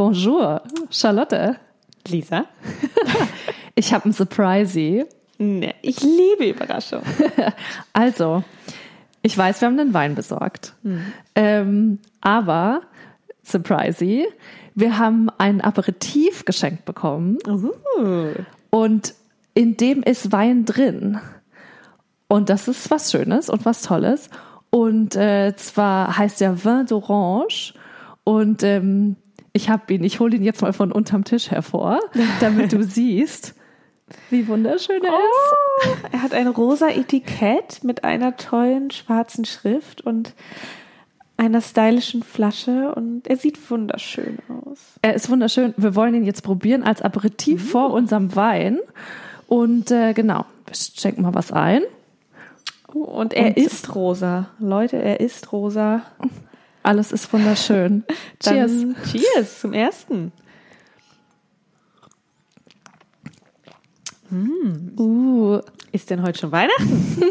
Bonjour, Charlotte. Lisa? Ich habe ein Surprise. Nee, ich liebe Überraschung. Also, ich weiß, wir haben einen Wein besorgt. Aber, Surprise, wir haben ein Aperitif geschenkt bekommen. Und in dem ist Wein drin. Und das ist was Schönes und was Tolles. Und zwar heißt der Vin d'Orange. Und ich hole ihn jetzt mal von unterm Tisch hervor, damit du siehst, wie wunderschön er ist. Er hat ein rosa Etikett mit einer tollen schwarzen Schrift und einer stylischen Flasche und er sieht wunderschön aus. Er ist wunderschön. Wir wollen ihn jetzt probieren als Aperitif vor unserem Wein. Und genau, wir schenken mal was ein. Und er ist rosa. Leute, er ist rosa. Alles ist wunderschön. Cheers. Cheers zum ersten. Ist denn heute schon Weihnachten?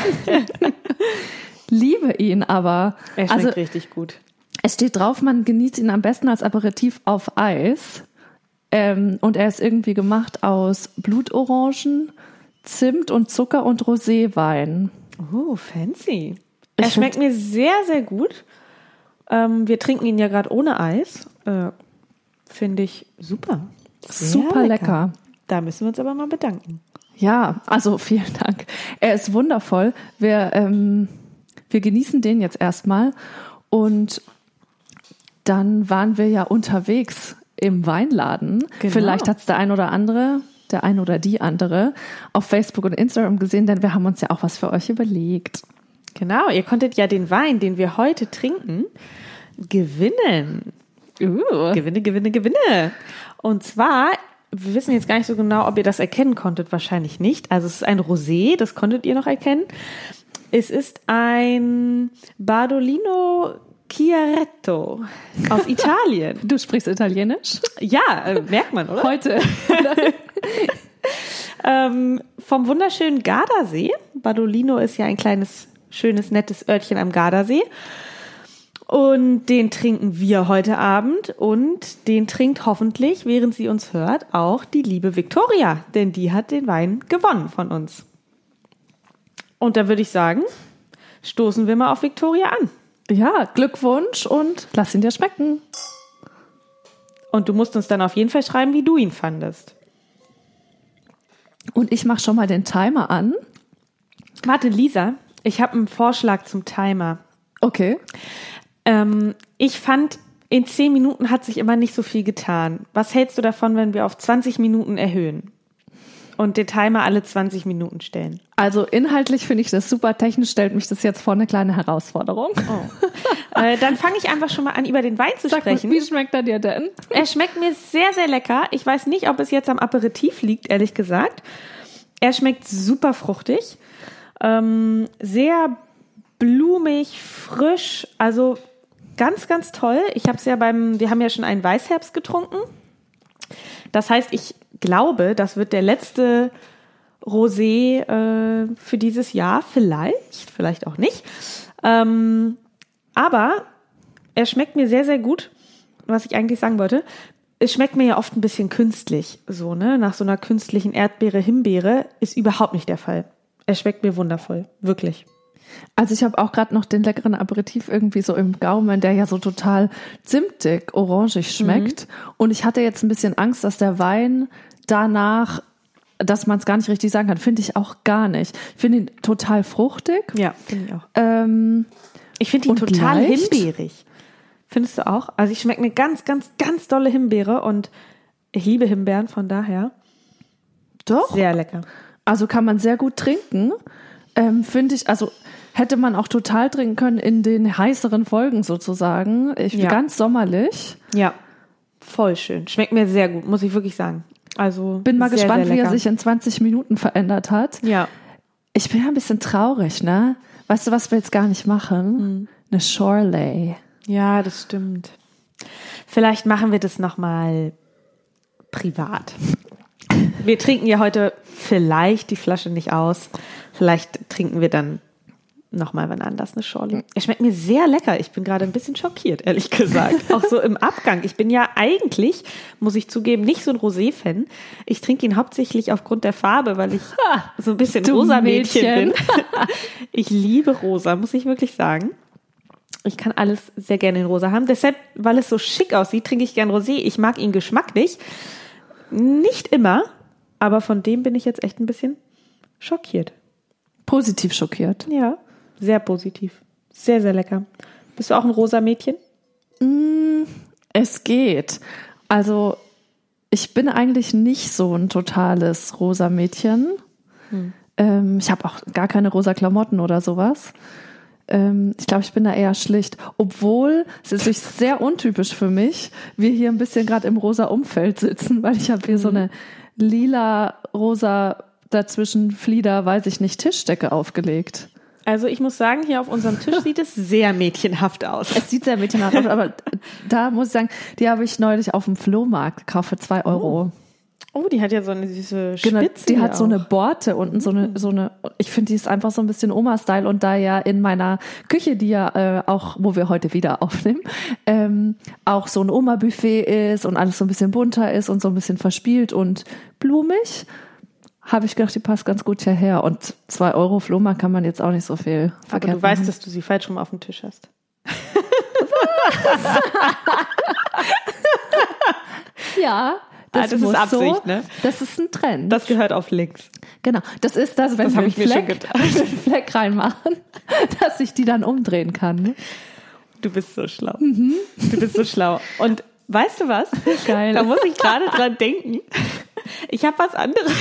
Liebe ihn aber. Er schmeckt richtig gut. Es steht drauf, man genießt ihn am besten als Aperitif auf Eis. Und er ist irgendwie gemacht aus Blutorangen, Zimt und Zucker und Roséwein. Oh, fancy. Er schmeckt mir sehr, sehr gut. Wir trinken ihn ja gerade ohne Eis. Finde ich super. Super lecker. Da müssen wir uns aber mal bedanken. Ja, also vielen Dank. Er ist wundervoll. Wir genießen den jetzt erstmal. Und dann waren wir ja unterwegs im Weinladen. Genau. Vielleicht hat es der ein oder die andere auf Facebook und Instagram gesehen, denn wir haben uns ja auch was für euch überlegt. Genau, ihr konntet ja den Wein, den wir heute trinken, gewinnen. Gewinne. Und zwar, wir wissen jetzt gar nicht so genau, ob ihr das erkennen konntet, wahrscheinlich nicht. Also es ist ein Rosé, das konntet ihr noch erkennen. Es ist ein Bardolino Chiaretto aus Italien. Du sprichst Italienisch? Ja, merkt man, oder? Heute. Vom wunderschönen Gardasee. Bardolino ist ja ein kleines, schönes, nettes Örtchen am Gardasee. Und den trinken wir heute Abend und den trinkt hoffentlich, während sie uns hört, auch die liebe Victoria, denn die hat den Wein gewonnen von uns. Und da würde ich sagen, stoßen wir mal auf Victoria an. Ja, Glückwunsch und lass ihn dir schmecken. Und du musst uns dann auf jeden Fall schreiben, wie du ihn fandest. Und ich mache schon mal den Timer an. Warte, Lisa, ich habe einen Vorschlag zum Timer. Okay. Ich fand, in 10 Minuten hat sich immer nicht so viel getan. Was hältst du davon, wenn wir auf 20 Minuten erhöhen? Und den Timer alle 20 Minuten stellen. Also inhaltlich finde ich das super. Technisch stellt mich das jetzt vor eine kleine Herausforderung. Oh. Dann fange ich einfach schon mal an, über den Wein zu sprechen. Wie schmeckt er dir denn? Er schmeckt mir sehr, sehr lecker. Ich weiß nicht, ob es jetzt am Aperitif liegt, ehrlich gesagt. Er schmeckt super fruchtig. Sehr blumig, frisch. Also ganz, ganz toll. Wir haben ja schon einen Weißherbst getrunken. Das heißt, ich glaube, das wird der letzte Rosé für dieses Jahr. Vielleicht auch nicht. Aber er schmeckt mir sehr, sehr gut. Was ich eigentlich sagen wollte, es schmeckt mir ja oft ein bisschen künstlich. So, ne? Nach so einer künstlichen Erdbeere, Himbeere ist überhaupt nicht der Fall. Er schmeckt mir wundervoll. Wirklich. Also ich habe auch gerade noch den leckeren Aperitif irgendwie so im Gaumen, der ja so total zimtig, orangig schmeckt. Und ich hatte jetzt ein bisschen Angst, dass der Wein danach, dass man es gar nicht richtig sagen kann. Finde ich auch gar nicht. Ich finde ihn total fruchtig. Ja, finde ich auch. Ich finde ihn total leicht. himbeerig. Findest du auch? Also ich schmecke eine ganz, ganz, ganz dolle Himbeere und ich liebe Himbeeren, von daher. Doch. Sehr lecker. Also kann man sehr gut trinken. Finde ich, also hätte man auch total trinken können in den heißeren Folgen sozusagen. Ganz sommerlich. Ja, voll schön. Schmeckt mir sehr gut, muss ich wirklich sagen. Also bin mal sehr, gespannt, sehr wie er sich in 20 Minuten verändert hat. Ja. Ich bin ja ein bisschen traurig, ne? Weißt du, was wir jetzt gar nicht machen? Eine Shorelay. Ja, das stimmt. Vielleicht machen wir das nochmal privat. Wir trinken ja heute vielleicht die Flasche nicht aus. Vielleicht trinken wir dann nochmal wann anders eine Schorle. Er schmeckt mir sehr lecker. Ich bin gerade ein bisschen schockiert, ehrlich gesagt. Auch so im Abgang. Ich bin ja eigentlich, muss ich zugeben, nicht so ein Rosé-Fan. Ich trinke ihn hauptsächlich aufgrund der Farbe, weil ich so ein bisschen Rosa-Mädchen bin. Ich liebe Rosa, muss ich wirklich sagen. Ich kann alles sehr gerne in Rosa haben. Deshalb, weil es so schick aussieht, trinke ich gern Rosé. Ich mag ihn geschmacklich. Nicht immer, aber von dem bin ich jetzt echt ein bisschen schockiert. Positiv schockiert. Ja, sehr positiv. Sehr, sehr lecker. Bist du auch ein rosa Mädchen? Es geht. Also ich bin eigentlich nicht so ein totales rosa Mädchen. Ich habe auch gar keine rosa Klamotten oder sowas. Ich glaube, ich bin da eher schlicht. Obwohl, es ist sehr untypisch für mich, wir hier ein bisschen gerade im rosa Umfeld sitzen, weil ich habe hier so eine lila, rosa, dazwischen Flieder, weiß ich nicht, Tischdecke aufgelegt. Also ich muss sagen, hier auf unserem Tisch sieht es sehr mädchenhaft aus. Es sieht sehr mädchenhaft aus, aber da muss ich sagen, die habe ich neulich auf dem Flohmarkt gekauft für 2 €. Oh, die hat ja so eine süße Spitze. Genau, die hat so eine Borte unten, so eine, ich finde, die ist einfach so ein bisschen Oma-Style und da ja in meiner Küche, die ja auch, wo wir heute wieder aufnehmen, auch so ein Oma-Buffet ist und alles so ein bisschen bunter ist und so ein bisschen verspielt und blumig, habe ich gedacht, die passt ganz gut hierher. Und 2 € Flohmarkt kann man jetzt auch nicht so viel verkehrt Aber du weißt, dass du sie falsch rum auf dem Tisch hast. Ja, das ist Absicht, so. Ne? Das ist ein Trend. Das gehört auf links. Genau, das ist das, wenn wir einen Fleck reinmachen, dass ich die dann umdrehen kann. Ne? Du bist so schlau. Du bist so schlau. Und weißt du was? Geil. Da muss ich gerade dran denken. Ich habe was anderes.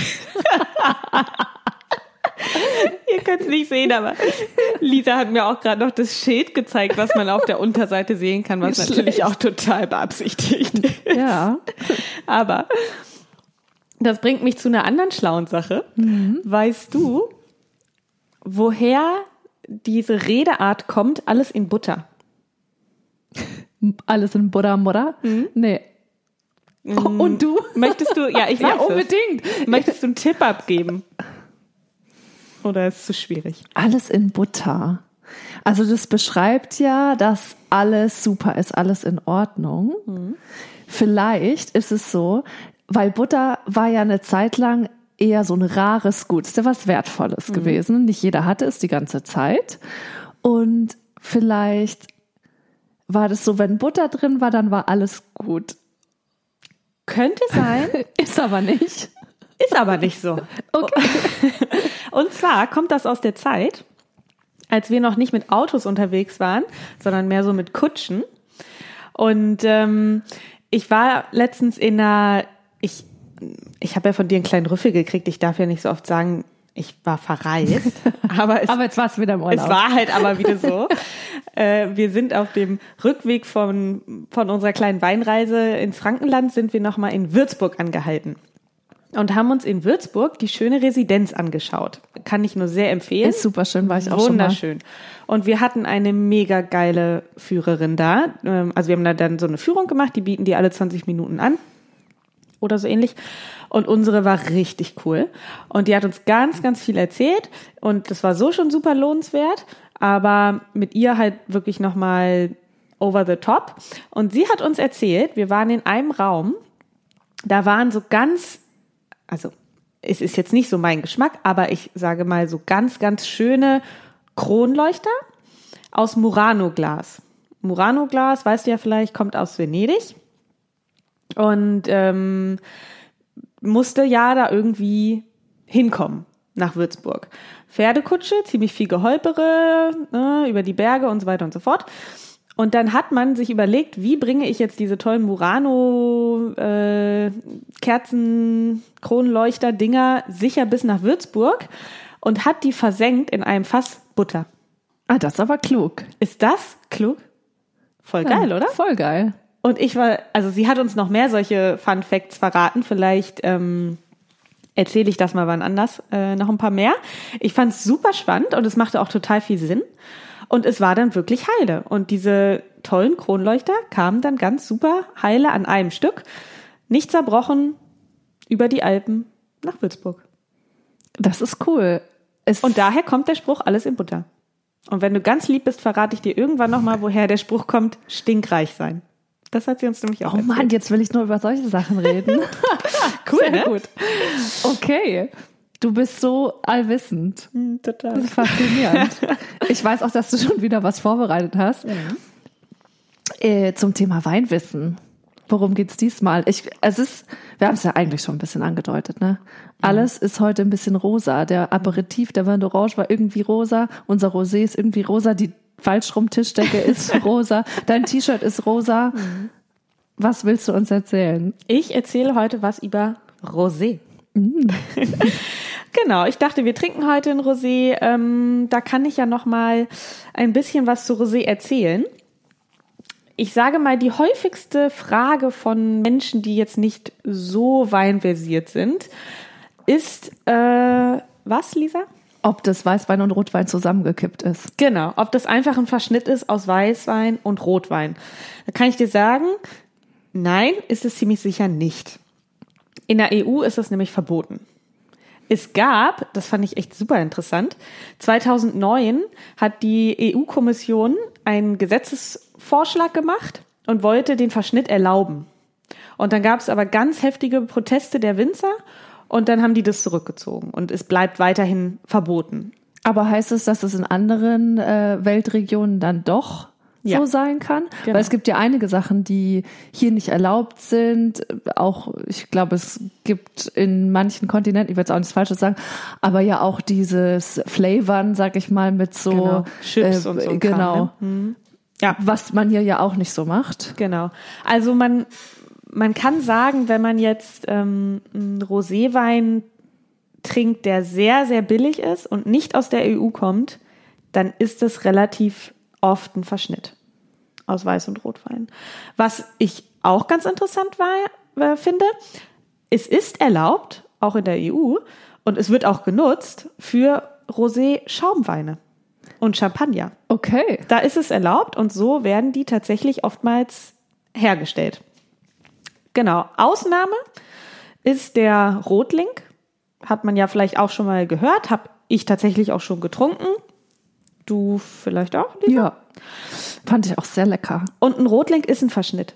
Ihr könnt es nicht sehen, aber Lisa hat mir auch gerade noch das Schild gezeigt, was man auf der Unterseite sehen kann, was natürlich auch total beabsichtigt ist. Ja. Aber das bringt mich zu einer anderen schlauen Sache. Weißt du, woher diese Redeart kommt, alles in Butter? Alles in Butter, Mutter? Nee. Und du? Möchtest du, ja, ich weiß ja, unbedingt. Möchtest du einen Tipp abgeben? Oder ist es zu schwierig? Alles in Butter. Also das beschreibt ja, dass alles super ist, alles in Ordnung. Vielleicht ist es so, weil Butter war ja eine Zeit lang eher so ein rares Gut, ist ja was Wertvolles gewesen. Nicht jeder hatte es die ganze Zeit. Und vielleicht war das so, wenn Butter drin war, dann war alles gut. Könnte sein. Ist aber nicht. Ist aber nicht so. Okay. Und zwar kommt das aus der Zeit, als wir noch nicht mit Autos unterwegs waren, sondern mehr so mit Kutschen. Und ich war letztens in einer, ich habe ja von dir einen kleinen Rüffel gekriegt, ich darf ja nicht so oft sagen, ich war verreist. Aber jetzt war es wieder im Urlaub. Es war halt aber wieder so. Wir sind auf dem Rückweg von unserer kleinen Weinreise ins Frankenland, sind wir nochmal in Würzburg angehalten. Und haben uns in Würzburg die schöne Residenz angeschaut. Kann ich nur sehr empfehlen. Ist super schön, war ich auch schon mal. Wunderschön. Und wir hatten eine mega geile Führerin da. Also wir haben da dann so eine Führung gemacht, die bieten die alle 20 Minuten an. Oder so ähnlich. Und unsere war richtig cool. Und die hat uns ganz, ganz viel erzählt. Und das war so schon super lohnenswert. Aber mit ihr halt wirklich nochmal over the top. Und sie hat uns erzählt, wir waren in einem Raum, da waren so ganz, also es ist jetzt nicht so mein Geschmack, aber ich sage mal so ganz, ganz schöne Kronleuchter aus Murano-Glas. Murano-Glas, weißt du ja vielleicht, kommt aus Venedig und musste ja da irgendwie hinkommen nach Würzburg. Pferdekutsche, ziemlich viel Geholpere, über die Berge und so weiter und so fort. Und dann hat man sich überlegt, wie bringe ich jetzt diese tollen Murano-Kerzen, Kronleuchter-Dinger sicher bis nach Würzburg und hat die versenkt in einem Fass Butter. Ah, das ist aber klug. Ist das klug? Voll geil, oder? Voll geil. Und sie hat uns noch mehr solche Fun Facts verraten. Vielleicht erzähle ich das mal wann anders, noch ein paar mehr. Ich fand es super spannend und es machte auch total viel Sinn. Und es war dann wirklich heile. Und diese tollen Kronleuchter kamen dann ganz super heile an einem Stück, nicht zerbrochen, über die Alpen nach Würzburg. Das ist cool. Und daher kommt der Spruch, alles in Butter. Und wenn du ganz lieb bist, verrate ich dir irgendwann nochmal, woher der Spruch kommt, stinkreich sein. Das hat sie uns nämlich auch erzählt. Mann, jetzt will ich nur über solche Sachen reden. Cool, Sehr ne? gut. Okay. Du bist so allwissend. Total. Das ist faszinierend. Ich weiß auch, dass du schon wieder was vorbereitet hast. Zum Thema Weinwissen. Worum geht's diesmal? Wir haben es ja eigentlich schon ein bisschen angedeutet, ne? Alles ist heute ein bisschen rosa. Der Aperitif, der Vin d'Orange war irgendwie rosa. Unser Rosé ist irgendwie rosa. Die Falschrum-Tischdecke ist rosa. Dein T-Shirt ist rosa. Was willst du uns erzählen? Ich erzähle heute was über Rosé. Genau, ich dachte, wir trinken heute ein Rosé. Da kann ich ja noch mal ein bisschen was zu Rosé erzählen. Ich sage mal, die häufigste Frage von Menschen, die jetzt nicht so weinversiert sind, ist, was, Lisa? Ob das Weißwein und Rotwein zusammengekippt ist. Genau, ob das einfach ein Verschnitt ist aus Weißwein und Rotwein. Da kann ich dir sagen, nein, ist es ziemlich sicher nicht. In der EU ist das nämlich verboten. Es gab, das fand ich echt super interessant, 2009 hat die EU-Kommission einen Gesetzesvorschlag gemacht und wollte den Verschnitt erlauben. Und dann gab es aber ganz heftige Proteste der Winzer und dann haben die das zurückgezogen und es bleibt weiterhin verboten. Aber heißt es, dass es in anderen Weltregionen dann doch so sein kann? Genau. Weil es gibt ja einige Sachen, die hier nicht erlaubt sind. Auch, ich glaube, es gibt in manchen Kontinenten, ich will jetzt auch nichts Falsches sagen, aber ja auch dieses Flavern, sag ich mal, mit so Chips und so. Genau. Kram, ne? Ja. Was man hier ja auch nicht so macht. Genau. Also man kann sagen, wenn man jetzt einen Roséwein trinkt, der sehr, sehr billig ist und nicht aus der EU kommt, dann ist es relativ oft ein Verschnitt aus Weiß- und Rotwein. Was ich auch ganz interessant finde, es ist erlaubt, auch in der EU, und es wird auch genutzt für Rosé-Schaumweine und Champagner. Okay. Da ist es erlaubt und so werden die tatsächlich oftmals hergestellt. Genau. Ausnahme ist der Rotling. Hat man ja vielleicht auch schon mal gehört. Habe ich tatsächlich auch schon getrunken. Du vielleicht auch, Lisa? Ja. Fand ich auch sehr lecker. Und ein Rotling ist ein Verschnitt.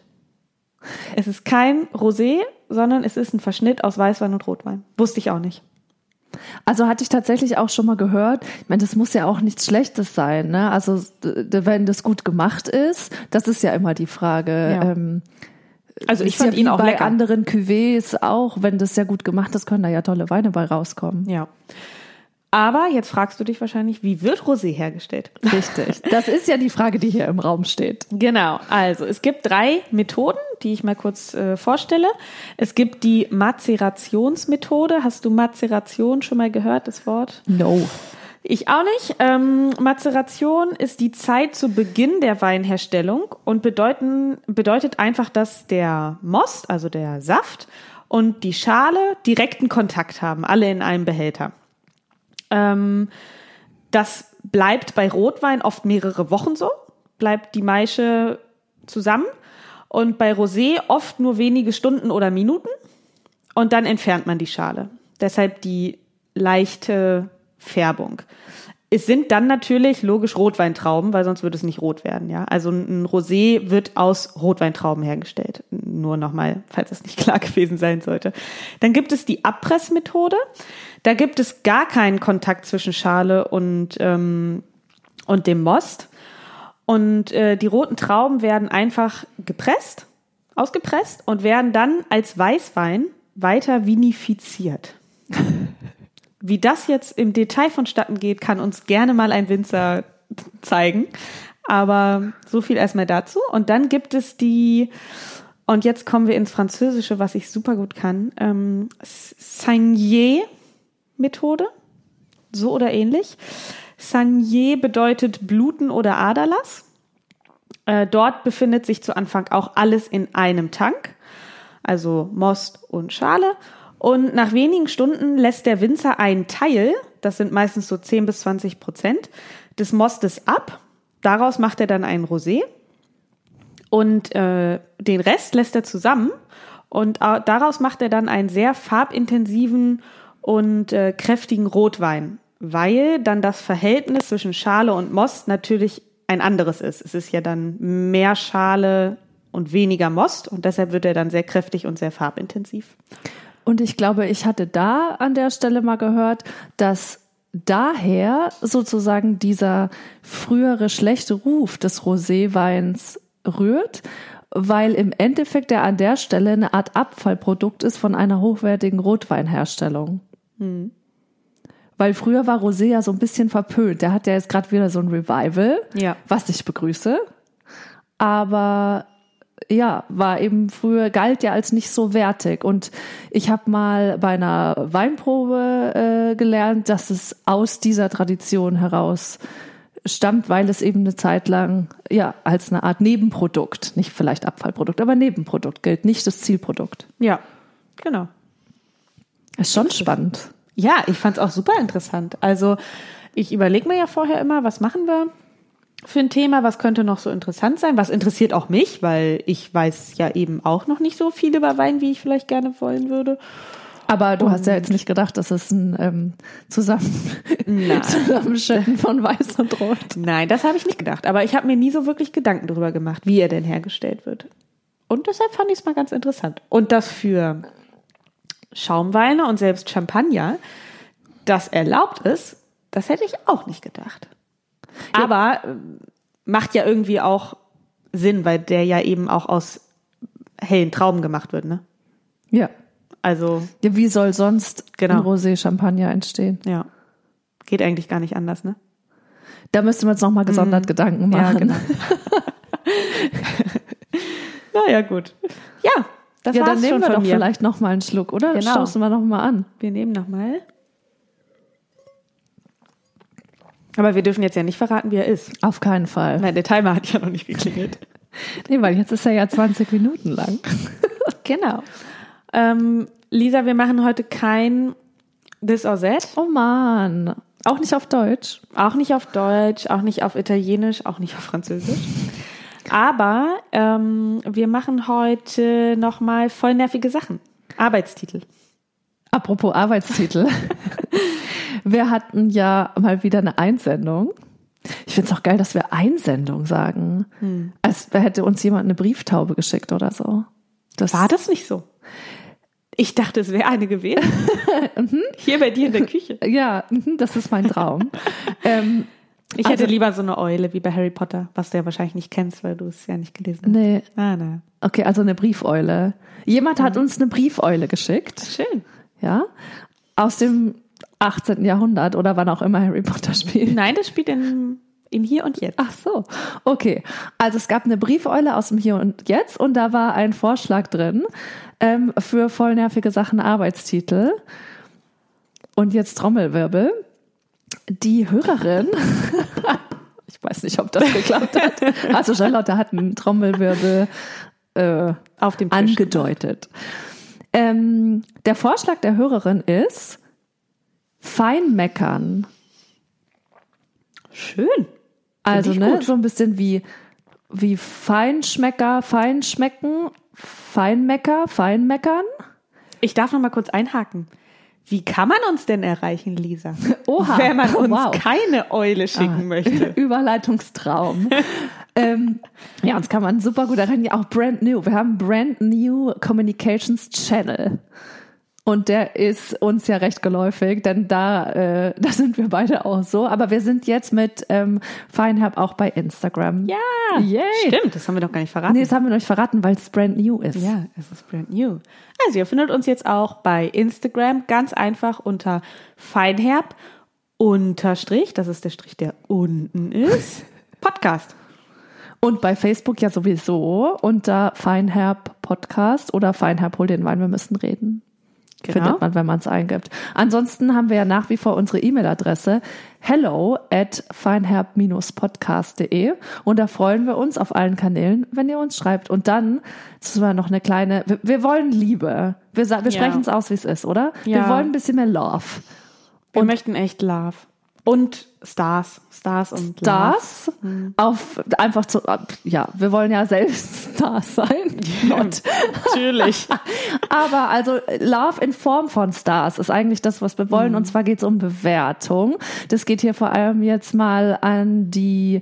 Es ist kein Rosé, sondern es ist ein Verschnitt aus Weißwein und Rotwein. Wusste ich auch nicht. Also hatte ich tatsächlich auch schon mal gehört, ich meine, das muss ja auch nichts Schlechtes sein, ne? Also wenn das gut gemacht ist, das ist ja immer die Frage. Ja. Also ich fand ihn auch bei lecker. anderen Cuvées auch, wenn das sehr gut gemacht ist, können da ja tolle Weine bei rauskommen. Ja. Aber jetzt fragst du dich wahrscheinlich, wie wird Rosé hergestellt? Richtig. Das ist ja die Frage, die hier im Raum steht. Genau. Also es gibt 3 Methoden, die ich mal kurz vorstelle. Es gibt die Mazerationsmethode. Hast du Mazeration schon mal gehört, das Wort? No. Ich auch nicht. Mazeration ist die Zeit zu Beginn der Weinherstellung und bedeutet einfach, dass der Most, also der Saft, und die Schale direkten Kontakt haben, alle in einem Behälter. Das bleibt bei Rotwein oft mehrere Wochen so, bleibt die Maische zusammen und bei Rosé oft nur wenige Stunden oder Minuten und dann entfernt man die Schale. Deshalb die leichte Färbung. Es sind dann natürlich logisch Rotweintrauben, weil sonst würde es nicht rot werden. Ja, also ein Rosé wird aus Rotweintrauben hergestellt. Nur nochmal, falls das nicht klar gewesen sein sollte. Dann gibt es die Abpressmethode. Da gibt es gar keinen Kontakt zwischen Schale und dem Most. Und die roten Trauben werden einfach ausgepresst und werden dann als Weißwein weiter vinifiziert. Wie das jetzt im Detail vonstatten geht, kann uns gerne mal ein Winzer zeigen. Aber so viel erstmal dazu. Und dann gibt es und jetzt kommen wir ins Französische, was ich super gut kann, Saignée-Methode, so oder ähnlich. Saignée bedeutet Bluten oder Aderlass. Dort befindet sich zu Anfang auch alles in einem Tank, also Most und Schale. Und nach wenigen Stunden lässt der Winzer einen Teil, das sind meistens so 10-20%, des Mostes ab. Daraus macht er dann einen Rosé. Und den Rest lässt er zusammen. Und daraus macht er dann einen sehr farbintensiven und kräftigen Rotwein, weil dann das Verhältnis zwischen Schale und Most natürlich ein anderes ist. Es ist ja dann mehr Schale und weniger Most und deshalb wird er dann sehr kräftig und sehr farbintensiv. Und ich glaube, ich hatte da an der Stelle mal gehört, dass daher sozusagen dieser frühere schlechte Ruf des Roséweins rührt, weil im Endeffekt der an der Stelle eine Art Abfallprodukt ist von einer hochwertigen Rotweinherstellung. Weil früher war Rosé ja so ein bisschen verpönt. Der hat ja jetzt gerade wieder so ein Revival, was ich begrüße. Aber ja, war eben früher, galt ja als nicht so wertig. Und ich habe mal bei einer Weinprobe gelernt, dass es aus dieser Tradition heraus stammt, weil es eben eine Zeit lang ja als eine Art Nebenprodukt, nicht vielleicht Abfallprodukt, aber Nebenprodukt gilt, nicht das Zielprodukt. Ja, genau. Ist schon spannend. Ja, ich fand's auch super interessant. Also ich überlege mir ja vorher immer, was machen wir für ein Thema, was könnte noch so interessant sein, was interessiert auch mich, weil ich weiß ja eben auch noch nicht so viel über Wein, wie ich vielleicht gerne wollen würde. Aber du hast ja jetzt nicht gedacht, dass es ein Zusammenschütten von Weiß und Rot. Nein, das habe ich nicht gedacht. Aber ich habe mir nie so wirklich Gedanken darüber gemacht, wie er denn hergestellt wird. Und deshalb fand ich es mal ganz interessant. Und das für Schaumweine und selbst Champagner, das erlaubt ist, das hätte ich auch nicht gedacht. Ja. Aber macht ja irgendwie auch Sinn, weil der ja eben auch aus hellen Trauben gemacht wird, ne? Ja. Also. Ja, wie soll sonst ein Rosé-Champagner entstehen? Ja. Geht eigentlich gar nicht anders, ne? Da müsste man jetzt nochmal gesondert Gedanken machen. Ja, genau. Naja, gut. Ja, das war's dann nehmen schon wir von doch mir. vielleicht nochmal einen Schluck, oder? Genau. Stoßen wir nochmal an. Wir nehmen nochmal. Aber wir dürfen jetzt ja nicht verraten, wie er ist. Auf keinen Fall. Nein, der Timer hat ja noch nicht geklingelt. Nee, weil jetzt ist er ja 20 Minuten lang. Genau. Lisa, wir machen heute kein This or That. Oh Mann. Auch nicht auf Deutsch? Auch nicht auf Deutsch, auch nicht auf Italienisch, auch nicht auf Französisch. Aber wir machen heute nochmal voll nervige Sachen. Arbeitstitel. Apropos Arbeitstitel. Wir hatten ja mal wieder eine Einsendung. Ich finde es auch geil, dass wir Einsendung sagen. Als hätte uns jemand eine Brieftaube geschickt oder so. War das nicht so? Ich dachte, es wäre eine gewesen. Hier bei dir in der Küche. Ja, das ist mein Traum. Ich hätte lieber so eine Eule wie bei Harry Potter, was du ja wahrscheinlich nicht kennst, weil du es ja nicht gelesen hast. Nee. Na. Okay, also eine Briefeule. Jemand hat uns eine Briefeule geschickt. Schön. Ja, aus dem 18. Jahrhundert oder wann auch immer Harry Potter spielt. Nein, das spielt in Hier und Jetzt. Ach so, okay. Also es gab eine Briefeule aus dem Hier und Jetzt und da war ein Vorschlag drin für voll nervige Sachen Arbeitstitel. Und jetzt Trommelwirbel. Die Hörerin, ich weiß nicht, ob das geklappt hat. Also Charlotte hat einen Trommelwirbel auf dem Tisch angedeutet. Der Vorschlag der Hörerin ist Feinmeckern. Schön. Also so ein bisschen wie Feinschmecker, Feinschmecken, Feinmecker, Feinmeckern. Ich darf noch mal kurz einhaken. Wie kann man uns denn erreichen, Lisa? Oha. Wenn man uns keine Eule schicken möchte. Überleitungstraum. Ja, uns kann man super gut erreichen. Ja, auch brand new. Wir haben Brand New Communications Channel. Und der ist uns ja recht geläufig, denn da sind wir beide auch so. Aber wir sind jetzt mit Feinherb auch bei Instagram. Ja, yay. Stimmt, das haben wir doch gar nicht verraten. Nee, das haben wir noch nicht verraten, weil es brand new ist. Ja, es ist brand new. Also ihr findet uns jetzt auch bei Instagram ganz einfach unter Feinherb _ das ist der Strich, der unten ist, Podcast. Und bei Facebook ja sowieso unter Feinherb Podcast oder Feinherb hol den Wein, wir müssen reden. Genau. Findet man, wenn man es eingibt. Ansonsten haben wir ja nach wie vor unsere E-Mail-Adresse hello@feinherb-podcast.de und da freuen wir uns auf allen Kanälen, wenn ihr uns schreibt. Und dann, das war noch eine kleine, wir wollen Liebe. Wir sprechen es aus, wie es ist, oder? Ja. Wir wollen ein bisschen mehr Love. Wir möchten echt Love. Und Stars und Stars auf einfach zu, ja, wir wollen ja selbst Stars sein. Natürlich. Aber also Love in Form von Stars ist eigentlich das, was wir wollen. Und zwar geht es um Bewertung. Das geht hier vor allem jetzt mal an die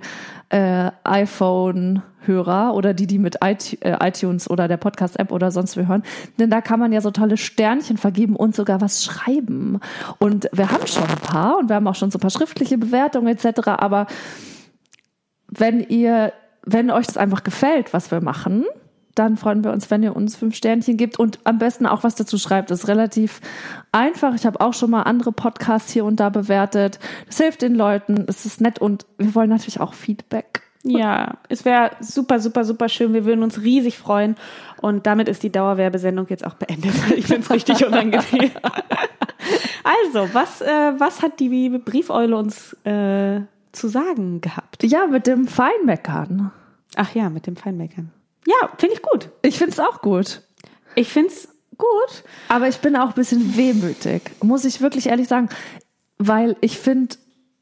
iPhone-Hörer oder die mit iTunes oder der Podcast-App oder sonst wie hören. Denn da kann man ja so tolle Sternchen vergeben und sogar was schreiben. Und wir haben schon ein paar und wir haben auch schon so ein paar schriftliche Bewertungen etc. Aber wenn euch das einfach gefällt, was wir machen, dann freuen wir uns, wenn ihr uns 5 Sternchen gebt und am besten auch was dazu schreibt. Das ist relativ einfach. Ich habe auch schon mal andere Podcasts hier und da bewertet. Das hilft den Leuten. Es ist nett und wir wollen natürlich auch Feedback. Ja, es wäre super, super, super schön. Wir würden uns riesig freuen. Und damit ist die Dauerwerbesendung jetzt auch beendet. Ich finde es richtig unangenehm. Also, was hat die Briefeule uns zu sagen gehabt? Ja, mit dem Feinmeckern. Ach ja, mit dem Feinmeckern. Ja, finde ich gut. Ich finde es auch gut. Ich finde es gut. Aber ich bin auch ein bisschen wehmütig, muss ich wirklich ehrlich sagen. Weil ich finde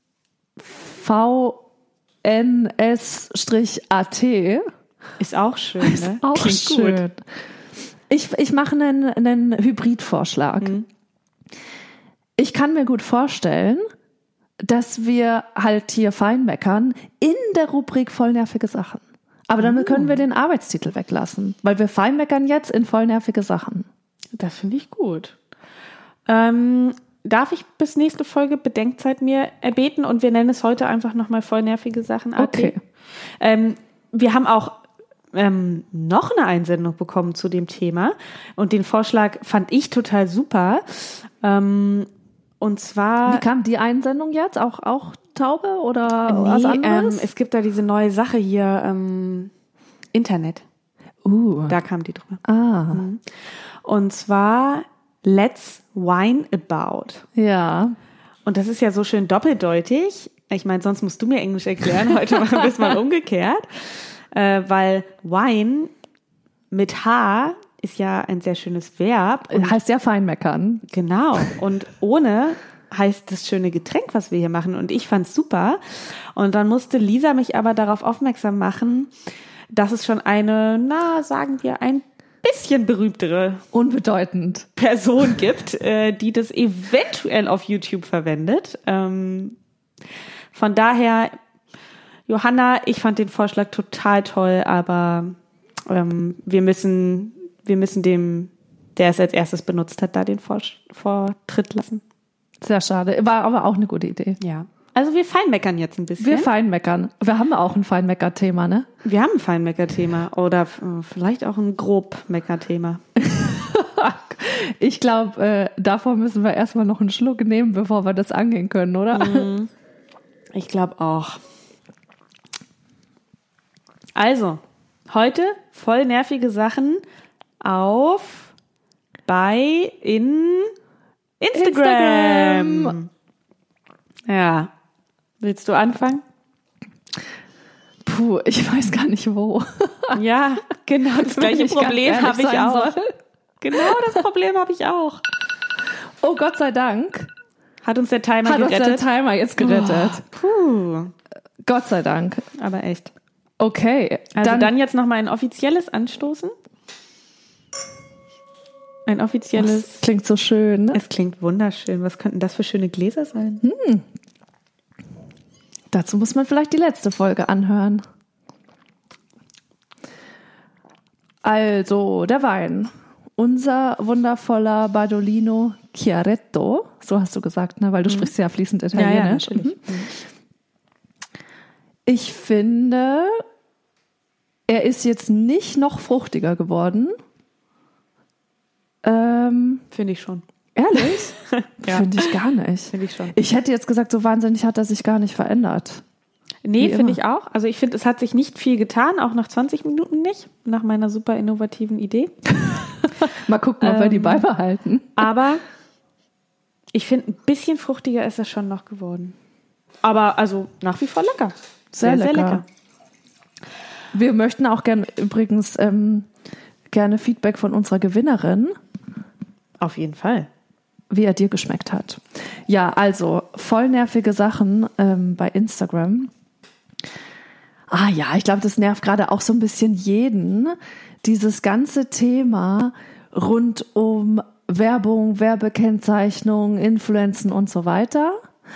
VNS-AT ist auch schön, ne? Ist auch klingt schön. Gut. Ich mache einen Hybridvorschlag. Ich kann mir gut vorstellen, dass wir halt hier feinmeckern in der Rubrik vollnervige Sachen. Aber damit können wir den Arbeitstitel weglassen, weil wir feinmeckern jetzt in vollnervige Sachen. Das finde ich gut. Darf ich bis nächste Folge Bedenkzeit mir erbeten und wir nennen es heute einfach nochmal vollnervige Sachen? Okay. Wir haben auch noch eine Einsendung bekommen zu dem Thema und den Vorschlag fand ich total super. Und zwar... Wie kam die Einsendung jetzt? Auch Taube oder was anderes? Es gibt da diese neue Sache hier, Internet. Da kam die drüber. Und zwar Let's Whine About. Ja. Und das ist ja so schön doppeldeutig. Ich meine, sonst musst du mir Englisch erklären. Heute machen wir es mal umgekehrt. Weil Whine mit H ist ja ein sehr schönes Verb. Heißt ja feinmeckern. Genau. Und ohne heißt das schöne Getränk, was wir hier machen. Und ich fand's super. Und dann musste Lisa mich aber darauf aufmerksam machen, dass es schon sagen wir, ein bisschen berühmtere, unbedeutend Person gibt, die das eventuell auf YouTube verwendet. Von daher, Johanna, ich fand den Vorschlag total toll, aber wir müssen dem, der es als erstes benutzt hat, da den Vortritt lassen. Sehr schade. War aber auch eine gute Idee. Ja. Also wir feinmeckern jetzt ein bisschen. Wir feinmeckern. Wir haben auch ein Feinmecker-Thema, ne? Wir haben ein Feinmecker-Thema oder vielleicht auch ein Grobmecker-Thema. Ich glaube, davor müssen wir erstmal noch einen Schluck nehmen, bevor wir das angehen können, oder? Ich glaube auch. Also, heute voll nervige Sachen in Instagram. Ja. Willst du anfangen? Puh, ich weiß gar nicht wo. Ja, genau das gleiche Problem habe ich auch. Genau das Problem habe ich auch. Oh, Gott sei Dank. Hat uns der Timer gerettet? Hat uns der Timer jetzt gerettet. Puh. Gott sei Dank. Aber echt. Okay. Also dann jetzt nochmal ein offizielles Anstoßen. Ein offizielles. Das klingt so schön. Ne? Es klingt wunderschön. Was könnten das für schöne Gläser sein? Dazu muss man vielleicht die letzte Folge anhören. Also, der Wein. Unser wundervoller Bardolino Chiaretto. So hast du gesagt, ne? Weil du sprichst ja fließend Italienisch. Ja, natürlich. Ich finde, er ist jetzt nicht noch fruchtiger geworden. Finde ich schon. Ehrlich? Ja. Finde ich gar nicht. Finde ich schon. Ich hätte jetzt gesagt, so wahnsinnig hat er sich gar nicht verändert. Nee, finde ich auch. Also ich finde, es hat sich nicht viel getan, auch nach 20 Minuten nicht, nach meiner super innovativen Idee. Mal gucken, ob wir die beibehalten. Aber ich finde, ein bisschen fruchtiger ist er schon noch geworden. Aber also nach wie vor lecker. Sehr lecker. Wir möchten auch gerne übrigens gerne Feedback von unserer Gewinnerin. Auf jeden Fall. wie er dir geschmeckt hat. Ja, also voll nervige Sachen bei Instagram. Ich glaube, das nervt gerade auch so ein bisschen jeden. Dieses ganze Thema rund um Werbung, Werbekennzeichnung, Influenzen und so weiter.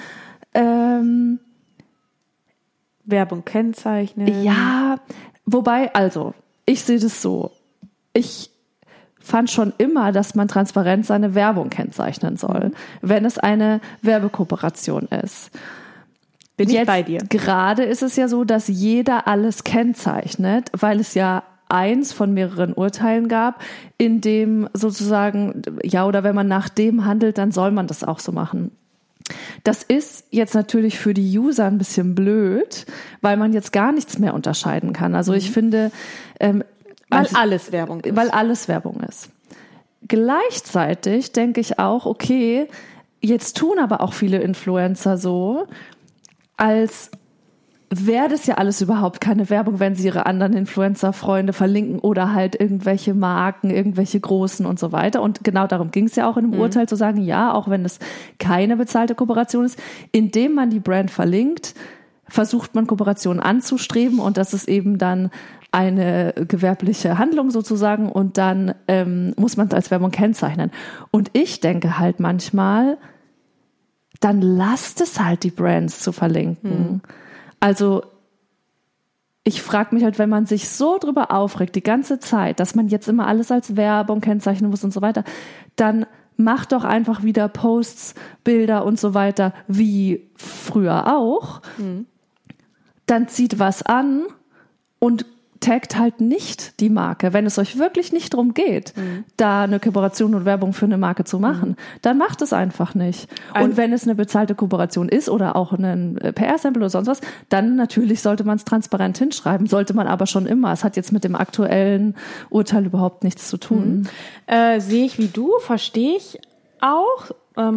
Werbung kennzeichnen. Ja, wobei, also, ich sehe das so. Ich fand schon immer, dass man transparent seine Werbung kennzeichnen soll, wenn es eine Werbekooperation ist. Bin ich bei dir. Gerade ist es ja so, dass jeder alles kennzeichnet, weil es ja eins von mehreren Urteilen gab, in dem sozusagen, oder wenn man nach dem handelt, dann soll man das auch so machen. Das ist jetzt natürlich für die User ein bisschen blöd, weil man jetzt gar nichts mehr unterscheiden kann. Also ich finde, weil alles Werbung ist. Weil alles Werbung ist. Gleichzeitig denke ich auch, okay, jetzt tun aber auch viele Influencer so, als wäre das ja alles überhaupt keine Werbung, wenn sie ihre anderen Influencer-Freunde verlinken oder halt irgendwelche Marken, irgendwelche großen und so weiter. Und genau darum ging es ja auch in dem Urteil zu sagen, ja, auch wenn es keine bezahlte Kooperation ist, indem man die Brand verlinkt, versucht man Kooperationen anzustreben und das ist eben dann eine gewerbliche Handlung sozusagen und dann muss man es als Werbung kennzeichnen. Und ich denke halt manchmal, dann lasst es halt die Brands zu verlinken. Also ich frage mich halt, wenn man sich so drüber aufregt die ganze Zeit, dass man jetzt immer alles als Werbung kennzeichnen muss und so weiter, dann macht doch einfach wieder Posts, Bilder und so weiter wie früher auch. Dann zieht was an und taggt halt nicht die Marke. Wenn es euch wirklich nicht darum geht, da eine Kooperation und Werbung für eine Marke zu machen, dann macht es einfach nicht. Und wenn es eine bezahlte Kooperation ist oder auch ein PR-Sample oder sonst was, dann natürlich sollte man es transparent hinschreiben, sollte man aber schon immer. Es hat jetzt mit dem aktuellen Urteil überhaupt nichts zu tun. Sehe ich wie du, verstehe ich auch.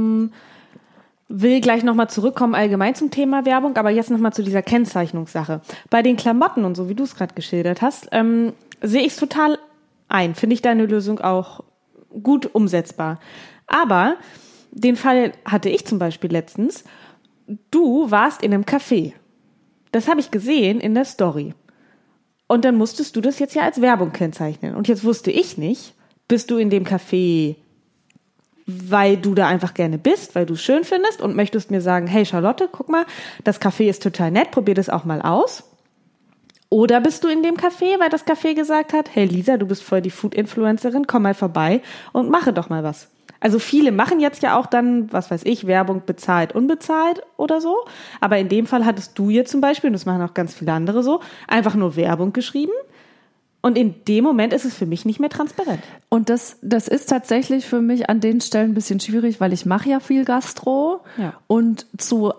Will gleich nochmal zurückkommen allgemein zum Thema Werbung, aber jetzt nochmal zu dieser Kennzeichnungssache. Bei den Klamotten und so, wie du es gerade geschildert hast, sehe ich es total ein. Finde ich deine Lösung auch gut umsetzbar. Aber den Fall hatte ich zum Beispiel letztens. Du warst in einem Café. Das habe ich gesehen in der Story. Und dann musstest du das jetzt ja als Werbung kennzeichnen. Und jetzt wusste ich nicht, bist du in dem Café, weil du da einfach gerne bist, weil du es schön findest und möchtest mir sagen, hey Charlotte, guck mal, das Café ist total nett, probier das auch mal aus. Oder bist du in dem Café, weil das Café gesagt hat, hey Lisa, du bist voll die Food-Influencerin, komm mal vorbei und mache doch mal was. Also viele machen jetzt ja auch dann, was weiß ich, Werbung bezahlt, unbezahlt oder so. Aber in dem Fall hattest du jetzt zum Beispiel, und das machen auch ganz viele andere so, einfach nur Werbung geschrieben. Und in dem Moment ist es für mich nicht mehr transparent. Und das ist tatsächlich für mich an den Stellen ein bisschen schwierig, weil ich mache ja viel Gastro und zu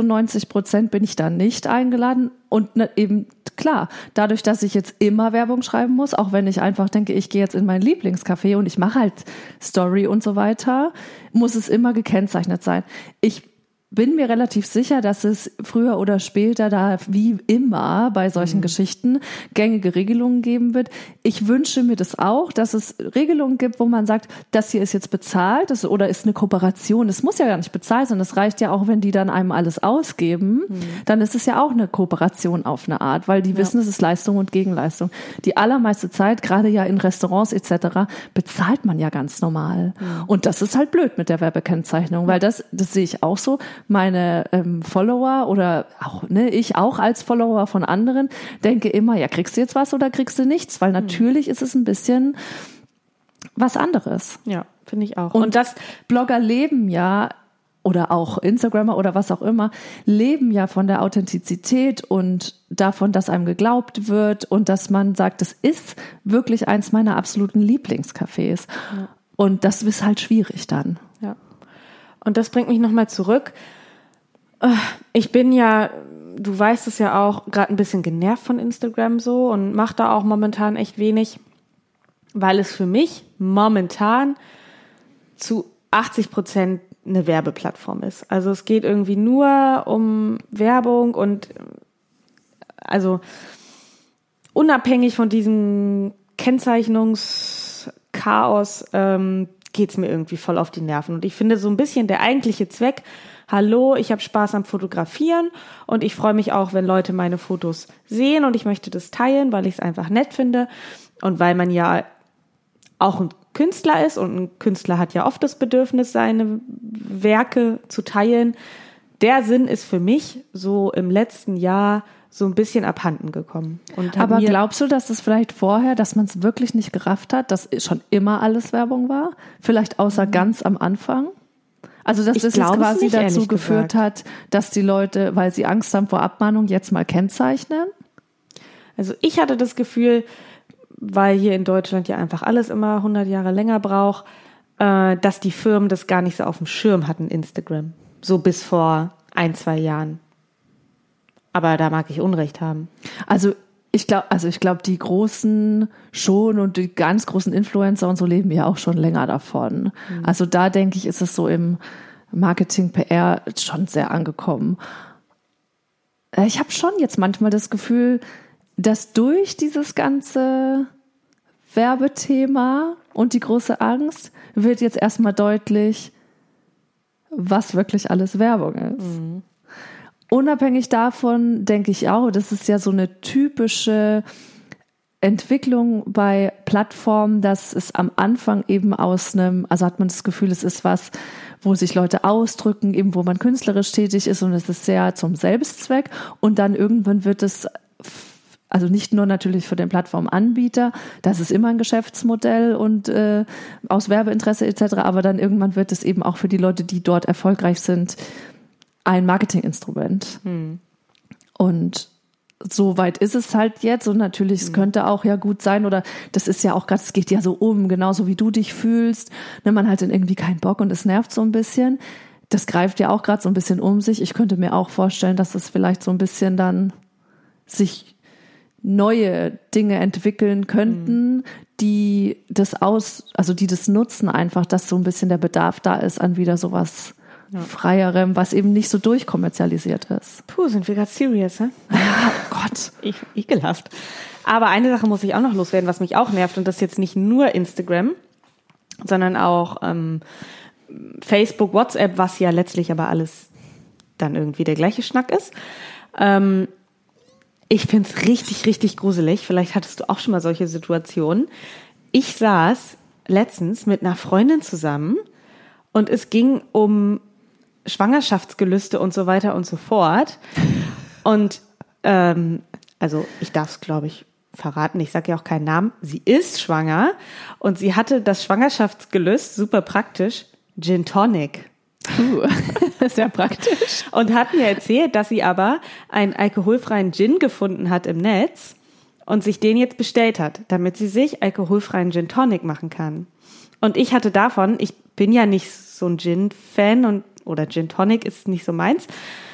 98% bin ich da nicht eingeladen. Und eben klar, dadurch, dass ich jetzt immer Werbung schreiben muss, auch wenn ich einfach denke, ich gehe jetzt in mein Lieblingscafé und ich mache halt Story und so weiter, muss es immer gekennzeichnet sein. Ich bin mir relativ sicher, dass es früher oder später da wie immer bei solchen Geschichten gängige Regelungen geben wird. Ich wünsche mir das auch, dass es Regelungen gibt, wo man sagt, das hier ist jetzt bezahlt oder ist eine Kooperation. Es muss ja gar nicht bezahlt sein. Es reicht ja auch, wenn die dann einem alles ausgeben. Dann ist es ja auch eine Kooperation auf eine Art, weil die wissen, es ist Leistung und Gegenleistung. Die allermeiste Zeit, gerade ja in Restaurants etc., bezahlt man ja ganz normal. Und das ist halt blöd mit der Werbekennzeichnung, weil das sehe ich auch so. Meine Follower oder auch ich auch als Follower von anderen denke immer, ja, kriegst du jetzt was oder kriegst du nichts? Weil natürlich ist es ein bisschen was anderes. Ja, finde ich auch. Und das Blogger leben ja oder auch Instagrammer oder was auch immer, leben ja von der Authentizität und davon, dass einem geglaubt wird und dass man sagt, das ist wirklich eins meiner absoluten Lieblingscafés. Ja. Und das ist halt schwierig dann. Ja. Und das bringt mich nochmal zurück. Ich bin ja, du weißt es ja auch, gerade ein bisschen genervt von Instagram so und mache da auch momentan echt wenig, weil es für mich momentan zu 80% eine Werbeplattform ist. Also es geht irgendwie nur um Werbung und also unabhängig von diesem Kennzeichnungschaos geht's mir irgendwie voll auf die Nerven. Und ich finde so ein bisschen der eigentliche Zweck, hallo, ich habe Spaß am Fotografieren und ich freue mich auch, wenn Leute meine Fotos sehen und ich möchte das teilen, weil ich es einfach nett finde und weil man ja auch ein Künstler ist und ein Künstler hat ja oft das Bedürfnis, seine Werke zu teilen. Der Sinn ist für mich so im letzten Jahr so ein bisschen abhanden gekommen. Aber glaubst du, dass es vielleicht vorher, dass man es wirklich nicht gerafft hat, dass schon immer alles Werbung war? Vielleicht außer ganz am Anfang? Also dass es quasi dazu geführt hat, dass die Leute, weil sie Angst haben vor Abmahnung, jetzt mal kennzeichnen? Also ich hatte das Gefühl, weil hier in Deutschland ja einfach alles immer 100 Jahre länger braucht, dass die Firmen das gar nicht so auf dem Schirm hatten, Instagram. So bis vor 1-2 Jahren. Aber da mag ich Unrecht haben. Also ich glaube, die Großen schon und die ganz großen Influencer und so leben ja auch schon länger davon. Mhm. Also da denke ich, ist es so im Marketing, PR schon sehr angekommen. Ich habe schon jetzt manchmal das Gefühl, dass durch dieses ganze Werbethema und die große Angst wird jetzt erstmal deutlich, was wirklich alles Werbung ist. Mhm. Unabhängig davon denke ich auch, das ist ja so eine typische Entwicklung bei Plattformen, dass es am Anfang eben also hat man das Gefühl, es ist was, wo sich Leute ausdrücken, eben wo man künstlerisch tätig ist und es ist sehr zum Selbstzweck und dann irgendwann wird es, also nicht nur natürlich für den Plattformanbieter, das ist immer ein Geschäftsmodell und aus Werbeinteresse etc., aber dann irgendwann wird es eben auch für die Leute, die dort erfolgreich sind, ein Marketinginstrument. Und so weit ist es halt jetzt und natürlich, es könnte auch ja gut sein oder das ist ja auch gerade, es geht ja so genauso wie du dich fühlst, ne, man hat dann irgendwie keinen Bock und es nervt so ein bisschen. Das greift ja auch gerade so ein bisschen um sich. Ich könnte mir auch vorstellen, dass es vielleicht so ein bisschen dann sich neue Dinge entwickeln könnten, die das nutzen einfach, dass so ein bisschen der Bedarf da ist an wieder sowas freierem, was eben nicht so durchkommerzialisiert ist. Puh, sind wir gerade serious, hä? Ja, oh Gott. Ekelhaft. Aber eine Sache muss ich auch noch loswerden, was mich auch nervt, und das ist jetzt nicht nur Instagram, sondern auch Facebook, WhatsApp, was ja letztlich aber alles dann irgendwie der gleiche Schnack ist. Ich finde es richtig, richtig gruselig. Vielleicht hattest du auch schon mal solche Situationen. Ich saß letztens mit einer Freundin zusammen und es ging um Schwangerschaftsgelüste und so weiter und so fort. Und also ich darf es, glaube ich, verraten. Ich sage ja auch keinen Namen. Sie ist schwanger und sie hatte das Schwangerschaftsgelüst, super praktisch, Gin Tonic. Sehr praktisch. Und hat mir erzählt, dass sie aber einen alkoholfreien Gin gefunden hat im Netz und sich den jetzt bestellt hat, damit sie sich alkoholfreien Gin Tonic machen kann. Und ich hatte davon, ich bin ja nicht so ein Gin-Fan oder Gin Tonic ist nicht so meins.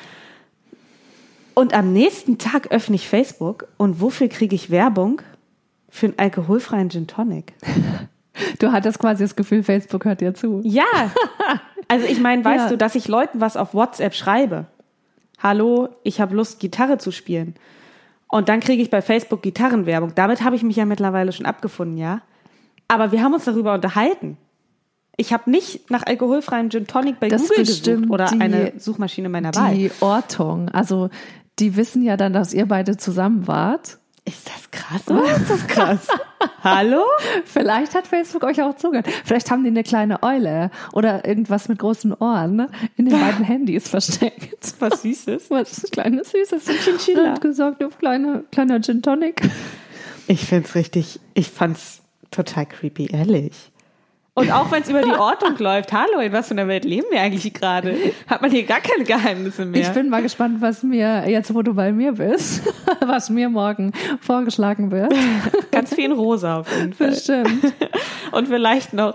Und am nächsten Tag öffne ich Facebook und wofür kriege ich Werbung? Für einen alkoholfreien Gin Tonic. Du hattest quasi das Gefühl, Facebook hört dir zu. Ja, also ich meine, weißt du, dass ich Leuten was auf WhatsApp schreibe. Hallo, ich habe Lust, Gitarre zu spielen. Und dann kriege ich bei Facebook Gitarrenwerbung. Damit habe ich mich ja mittlerweile schon abgefunden, ja. Aber wir haben uns darüber unterhalten. Ich habe nicht nach alkoholfreiem Gin Tonic bei Google gesucht oder eine Suchmaschine meiner Wahl. Die Ortung, also die wissen ja dann, dass ihr beide zusammen wart. Ist das krass? Oh, ist das krass? Hallo? Vielleicht hat Facebook euch auch zugehört. Vielleicht haben die eine kleine Eule oder irgendwas mit großen Ohren in den beiden Handys versteckt. Was Süßes? Was kleines Süßes. Ein Chinchilla. Und gesagt, kleiner Gin Tonic. Ich fand's total creepy, ehrlich. Und auch wenn es über die Ortung läuft, hallo, in was für einer Welt leben wir eigentlich gerade? Hat man hier gar keine Geheimnisse mehr? Ich bin mal gespannt, was mir, jetzt wo du bei mir bist, was mir morgen vorgeschlagen wird. Ganz viel in rosa auf jeden Fall. Bestimmt. Und vielleicht noch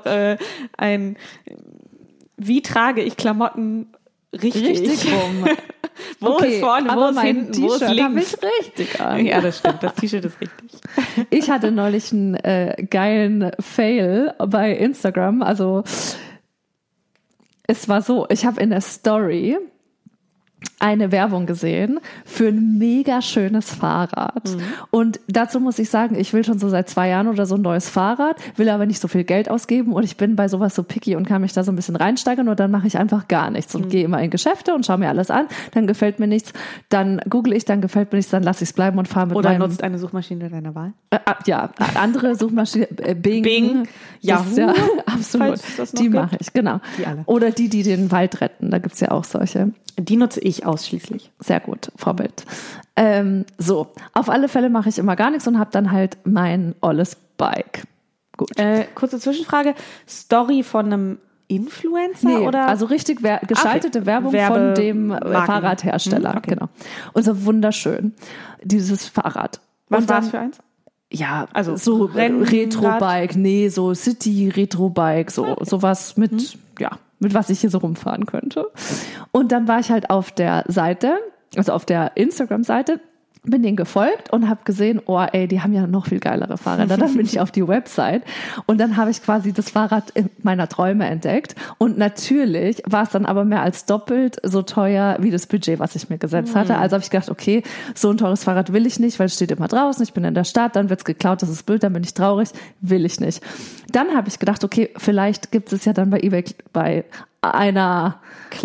wie trage ich Klamotten richtig rum? Wo ist vorne, wo ist hinten, wo ist links? Ich richtig an. Ja, das stimmt, das T-Shirt ist richtig. Ich hatte neulich einen geilen Fail bei Instagram. Also es war so, ich habe in der Story eine Werbung gesehen für ein mega schönes Fahrrad. Und dazu muss ich sagen, ich will schon so seit 2 Jahren oder so ein neues Fahrrad, will aber nicht so viel Geld ausgeben und ich bin bei sowas so picky und kann mich da so ein bisschen reinsteigern und dann mache ich einfach gar nichts und gehe immer in Geschäfte und schaue mir alles an, dann gefällt mir nichts, dann google ich, dann gefällt mir nichts, dann lasse ich es bleiben und fahre mit Oder meinem... nutzt eine Suchmaschine deiner Wahl? Ja, andere Suchmaschine, Bing, Yahoo, ja, absolut, die mache ich, genau. Die alle. Oder die den Wald retten, da gibt's ja auch solche. Die nutze ich ausschließlich. Sehr gut, Vorbild. So, auf alle Fälle mache ich immer gar nichts und habe dann halt mein olles Bike. Gut. Kurze Zwischenfrage, Story von einem Influencer Nee, oder? also richtig geschaltete Werbung von dem Fahrradhersteller. Okay. Genau. Und so wunderschön, dieses Fahrrad. Was und war dann, es für eins? Ja, Also so Rennrad? Retro-Bike, nee, so City-Retro-Bike, sowas mit, mit was ich hier so rumfahren könnte. Und dann war ich halt auf der Seite, also auf der Instagram-Seite, bin denen gefolgt und habe gesehen, oh ey, die haben ja noch viel geilere Fahrräder. Dann bin ich auf die Website und dann habe ich quasi das Fahrrad meiner Träume entdeckt. Und natürlich war es dann aber mehr als doppelt so teuer wie das Budget, was ich mir gesetzt hatte. Also habe ich gedacht, okay, so ein teures Fahrrad will ich nicht, weil es steht immer draußen, ich bin in der Stadt, dann wird's geklaut, das ist blöd, dann bin ich traurig, will ich nicht. Dann habe ich gedacht, okay, vielleicht gibt es ja dann bei eBay bei einer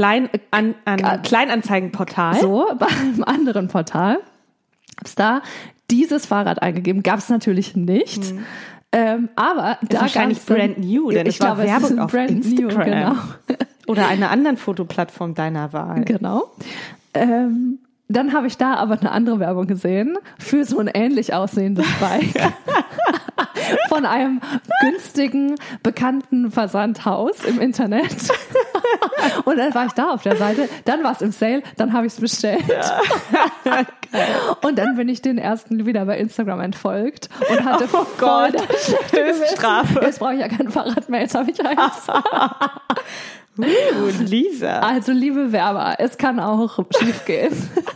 Kleinanzeigenportal. So, bei einem anderen Portal. Hab's da dieses Fahrrad eingegeben, gab es natürlich nicht. Aber Ist da wahrscheinlich gab's brand new, denn ich es war glaube, es Werbung ist auf brand Instagram. New, genau. Oder einer anderen Fotoplattform deiner Wahl. Genau. Dann habe ich da aber eine andere Werbung gesehen für so ein ähnlich aussehendes Bike von einem günstigen, bekannten Versandhaus im Internet. Und dann war ich da auf der Seite, dann war es im Sale, dann habe ich es bestellt. Und dann bin ich den ersten wieder bei Instagram entfolgt und hatte voll das Höchststrafe. Jetzt brauche ich ja kein Fahrrad mehr, jetzt habe ich eins. Lisa. Also liebe Werber, es kann auch schief gehen.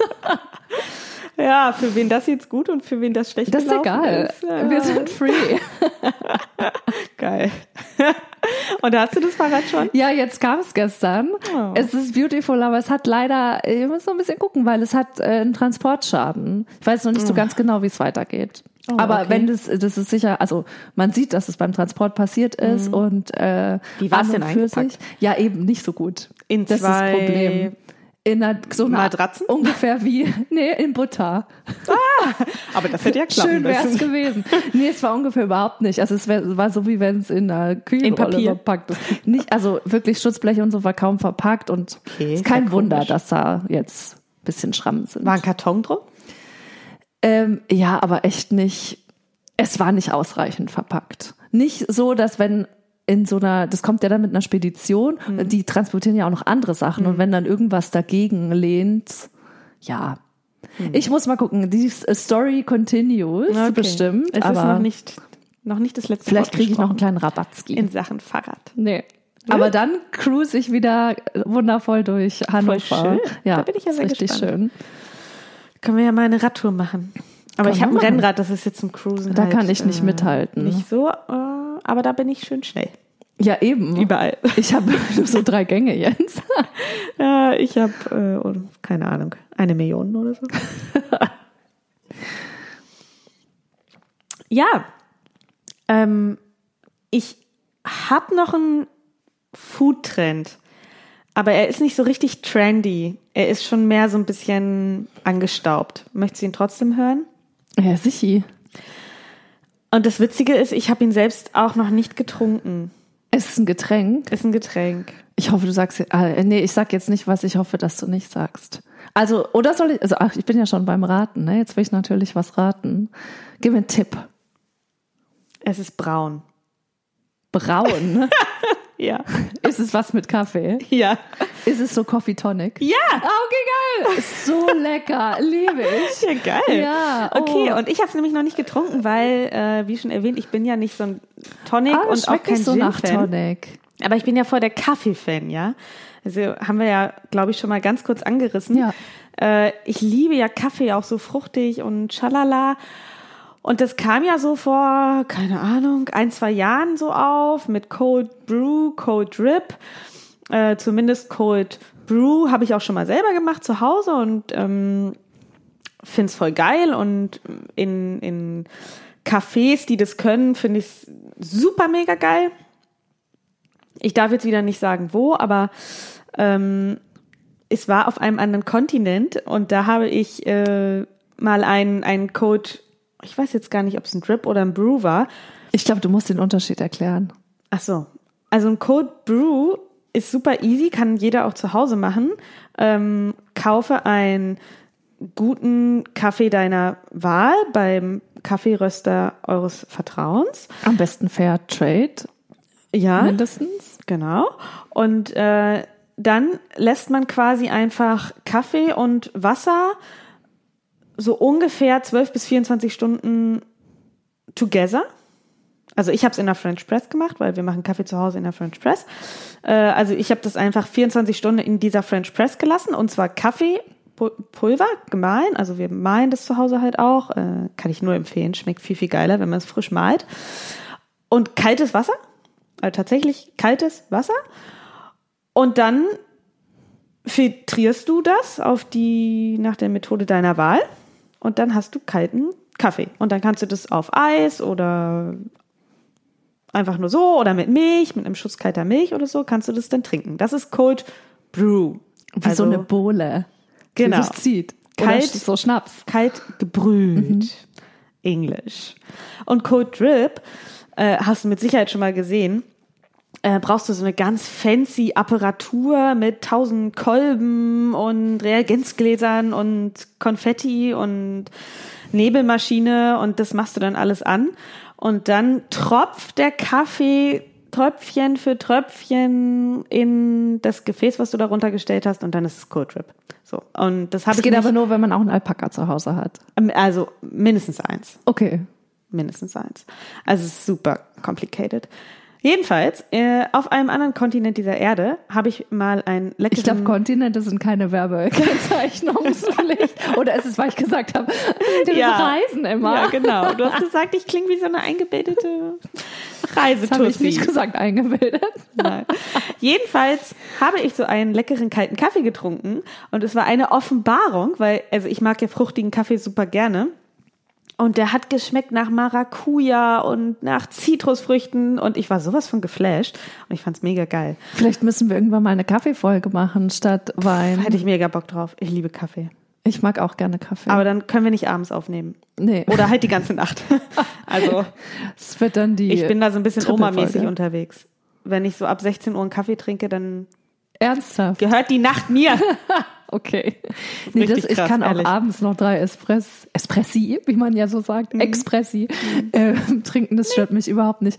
Ja, für wen das jetzt gut und für wen das schlecht Das ist gelaufen egal. ist. Ja. Wir sind free. Geil. Und hast du das Fahrrad schon? Ja, jetzt kam es gestern. Oh. Es ist beautiful, aber es hat leider, ich muss noch ein bisschen gucken, weil es hat einen Transportschaden. Ich weiß noch nicht so ganz genau, wie es weitergeht. Oh, aber okay. wenn das ist sicher, also man sieht, dass es beim Transport passiert ist und Wie war es denn eingepackt? Ja, eben nicht so gut. In Das ist das Problem. In so einer Matratzen? Ungefähr in Butter. Aber das hätte ja klappen Schön wäre es müssen. gewesen. Nee, es war ungefähr überhaupt nicht. Also es war so, wie wenn es in einer Kühlrolle Papier? verpackt ist. Nicht, also wirklich Schutzblech und so war kaum verpackt und Okay, ist kein sehr Wunder, komisch. dass da jetzt ein bisschen Schrammen sind. War ein Karton drum? Ja, aber echt nicht, es war nicht ausreichend verpackt. Nicht so, dass wenn in so einer, das kommt ja dann mit einer Spedition, die transportieren ja auch noch andere Sachen und wenn dann irgendwas dagegen lehnt, ja. Ich muss mal gucken, die Story continues bestimmt, Es aber ist noch nicht das letzte vielleicht Wort kriege ich noch einen gesprochen kleinen Rabattski. in Sachen Fahrrad. Nee. Aber dann cruise ich wieder wundervoll durch Hannover. schön. Ja, Da bin ich ja ist sehr richtig gespannt. schön. Können wir ja mal eine Radtour machen. Aber ich habe ein wir machen. Rennrad, das ist jetzt zum Cruisen. Da halt, kann ich nicht mithalten. Nicht so, aber da bin ich schön schnell. Ja, eben. Überall. Ich habe nur so 3 Gänge, Jens. Ja, ich habe, keine Ahnung, 1 Million oder so. Ja, ich habe noch einen Food-Trend, aber er ist nicht so richtig trendy. Er ist schon mehr so ein bisschen angestaubt. Möchtest du ihn trotzdem hören? Ja, sicher. Und das Witzige ist, ich habe ihn selbst auch noch nicht getrunken. Es ist ein Getränk. Ist ein Getränk. Ich hoffe, du sagst, nee, ich sag jetzt nicht, was ich hoffe, dass du nicht sagst. Also, oder soll ich, ich bin ja schon beim Raten, ne? Jetzt will ich natürlich was raten. Gib mir einen Tipp. Es ist braun. Braun. Ja. Ist es was mit Kaffee? Ja. Ist es so Coffee Tonic? Ja. Ah, okay, geil. Ist so lecker. Liebe ich. Ja, geil. Ja. Okay, oh. und ich habe es nämlich noch nicht getrunken, weil, wie schon erwähnt, ich bin ja nicht so ein Tonic Das und auch schmeckt kein nicht so nach Gin-Fan. Tonic. Aber ich bin ja voll der Kaffee-Fan, ja. Also haben wir ja, glaube ich, schon mal ganz kurz angerissen. Ja. Ich liebe ja Kaffee, auch so fruchtig und schalala. Und das kam ja so vor, keine Ahnung, 1-2 Jahren so auf mit Cold Brew, Cold Drip. Zumindest Cold Brew habe ich auch schon mal selber gemacht zu Hause und finde es voll geil. Und in Cafés, die das können, finde ich es super mega geil. Ich darf jetzt wieder nicht sagen, wo, aber es war auf einem anderen Kontinent und da habe ich mal einen Cold, ich weiß jetzt gar nicht, ob es ein Drip oder ein Brew war. Ich glaube, du musst den Unterschied erklären. Ach so. Also ein Cold Brew ist super easy, kann jeder auch zu Hause machen. Kaufe einen guten Kaffee deiner Wahl beim Kaffeeröster eures Vertrauens. Am besten Fair Trade. Ja. Mindestens. Genau. Und dann lässt man quasi einfach Kaffee und Wasser so ungefähr 12 bis 24 Stunden together. Also ich habe es in der French Press gemacht, weil wir machen Kaffee zu Hause in der French Press. Also ich habe das einfach 24 Stunden in dieser French Press gelassen und zwar Kaffeepulver gemahlen. Also wir mahlen das zu Hause halt auch. Kann ich nur empfehlen. Schmeckt viel, viel geiler, wenn man es frisch mahlt. Und kaltes Wasser. Also tatsächlich kaltes Wasser. Und dann filtrierst du das nach der Methode deiner Wahl. Und dann hast du kalten Kaffee. Und dann kannst du das auf Eis oder einfach nur so oder mit Milch, mit einem Schuss kalter Milch oder so, kannst du das dann trinken. Das ist Cold Brew. Wie also, so eine Bohle, genau, die sich zieht. Kalt, oder so Schnaps. Kalt gebrüht. Englisch. Und Cold Drip, hast du mit Sicherheit schon mal gesehen, brauchst du so eine ganz fancy Apparatur mit 1000 Kolben und Reagenzgläsern und Konfetti und Nebelmaschine und das machst du dann alles an. Und dann tropft der Kaffee Tröpfchen für Tröpfchen in das Gefäß, was du da runtergestellt hast und dann ist es Cold Drip. So. Und das geht aber nur, wenn man auch einen Alpaka zu Hause hat. Also mindestens eins. Okay. Mindestens eins. Also es ist super complicated. Jedenfalls, auf einem anderen Kontinent dieser Erde habe ich mal einen leckeren... Ich glaube, Kontinente sind keine Werbekennzeichnungspflicht. Oder ist es, weil ich gesagt habe, wir reisen immer. Ja, genau. Du hast gesagt, ich klinge wie so eine eingebildete Reisetussi. Das habe ich nicht gesagt, eingebildet. Nein. Jedenfalls habe ich so einen leckeren kalten Kaffee getrunken und es war eine Offenbarung, weil, also ich mag ja fruchtigen Kaffee super gerne. Und der hat geschmeckt nach Maracuja und nach Zitrusfrüchten und ich war sowas von geflasht und ich fand's mega geil. Vielleicht müssen wir irgendwann mal eine Kaffeefolge machen statt Wein. Hätte ich mega Bock drauf. Ich liebe Kaffee. Ich mag auch gerne Kaffee. Aber dann können wir nicht abends aufnehmen. Nee. Oder halt die ganze Nacht. Also es wird dann ich bin da so ein bisschen Oma-mäßig unterwegs. Wenn ich so ab 16 Uhr einen Kaffee trinke, dann ernsthaft gehört die Nacht mir. Okay. Nee, krass, ich kann auch abends noch 3 Espressi, wie man ja so sagt, Expressi trinken. Das stört mich überhaupt nicht.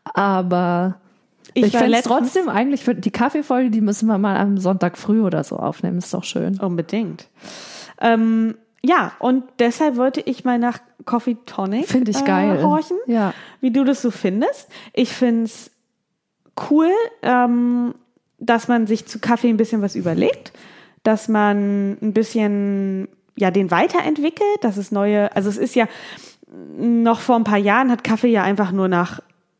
Aber ich fände es trotzdem eigentlich für die Kaffeefolge, die müssen wir mal am Sonntag früh oder so aufnehmen. Ist doch schön. Unbedingt. Ja, und deshalb wollte ich mal nach Coffee Tonic finde ich geil. Horchen, ja, wie du das so findest. Ich finde es cool, dass man sich zu Kaffee ein bisschen was überlegt, dass man ein bisschen den weiterentwickelt, dass es also es ist ja noch vor ein paar Jahren hat Kaffee ja einfach nur nach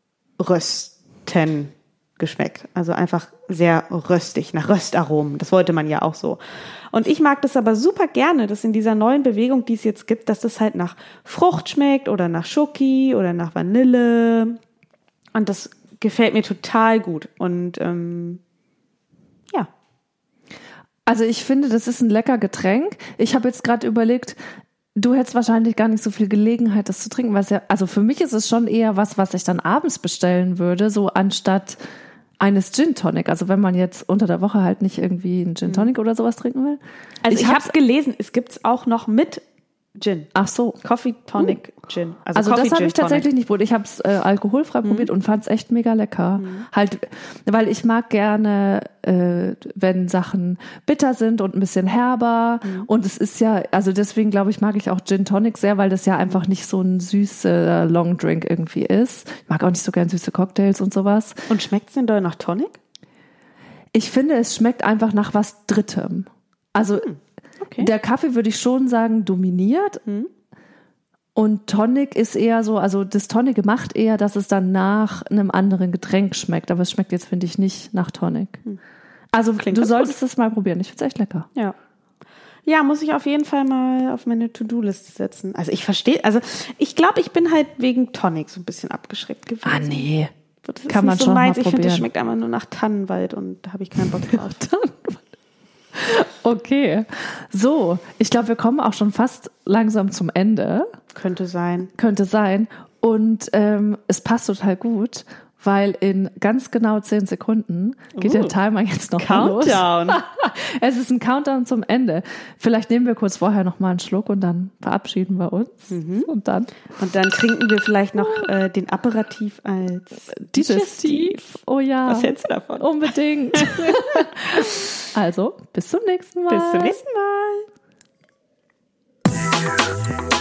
Rösten geschmeckt, also einfach sehr röstig, nach Röstaromen, das wollte man ja auch so. Und ich mag das aber super gerne, dass in dieser neuen Bewegung, die es jetzt gibt, dass das halt nach Frucht schmeckt oder nach Schoki oder nach Vanille und das gefällt mir total gut und ja. Also ich finde, das ist ein lecker Getränk. Ich habe jetzt gerade überlegt, du hättest wahrscheinlich gar nicht so viel Gelegenheit, das zu trinken, was ja, also für mich ist es schon eher was ich dann abends bestellen würde, so anstatt eines Gin Tonic. Also wenn man jetzt unter der Woche halt nicht irgendwie einen Gin Tonic oder sowas trinken will. Also ich habe gelesen, es gibt's auch noch mit Gin. Ach so. Coffee Tonic Gin. Also das habe ich tatsächlich nicht probiert. Ich habe es alkoholfrei probiert und fand es echt mega lecker. Halt, weil ich mag gerne, wenn Sachen bitter sind und ein bisschen herber. Und es ist ja, also deswegen glaube ich, mag ich auch Gin Tonic sehr, weil das ja einfach nicht so ein süßer Long Drink irgendwie ist. Ich mag auch nicht so gern süße Cocktails und sowas. Und schmeckt es denn da nach Tonic? Ich finde, es schmeckt einfach nach was Drittem. Also okay. Der Kaffee würde ich schon sagen dominiert und Tonic ist eher so, also das Tonic macht eher, dass es dann nach einem anderen Getränk schmeckt, aber es schmeckt jetzt, finde ich, nicht nach Tonic. Also Klingt du ganz solltest es mal probieren. Ich finde es echt lecker. Ja. Ja, muss ich auf jeden Fall mal auf meine To-Do-Liste setzen. Also ich glaube, ich bin halt wegen Tonic so ein bisschen abgeschreckt gewesen. Ah, nee. Das ist Kann man nicht schon mal Ich finde, probieren. das schmeckt einfach nur nach Tannenwald und da habe ich keinen Bock drauf. Okay. So, ich glaube, wir kommen auch schon fast langsam zum Ende. Könnte sein. Könnte sein. Und es passt total gut, weil in ganz genau 10 Sekunden geht der Timer jetzt noch los. Countdown. Es ist ein Countdown zum Ende. Vielleicht nehmen wir kurz vorher noch mal einen Schluck und dann verabschieden wir uns. Und dann trinken wir vielleicht noch den Aperitif als Digestiv. Oh ja. Was hältst du davon? Unbedingt. Also, bis zum nächsten Mal. Bis zum nächsten Mal.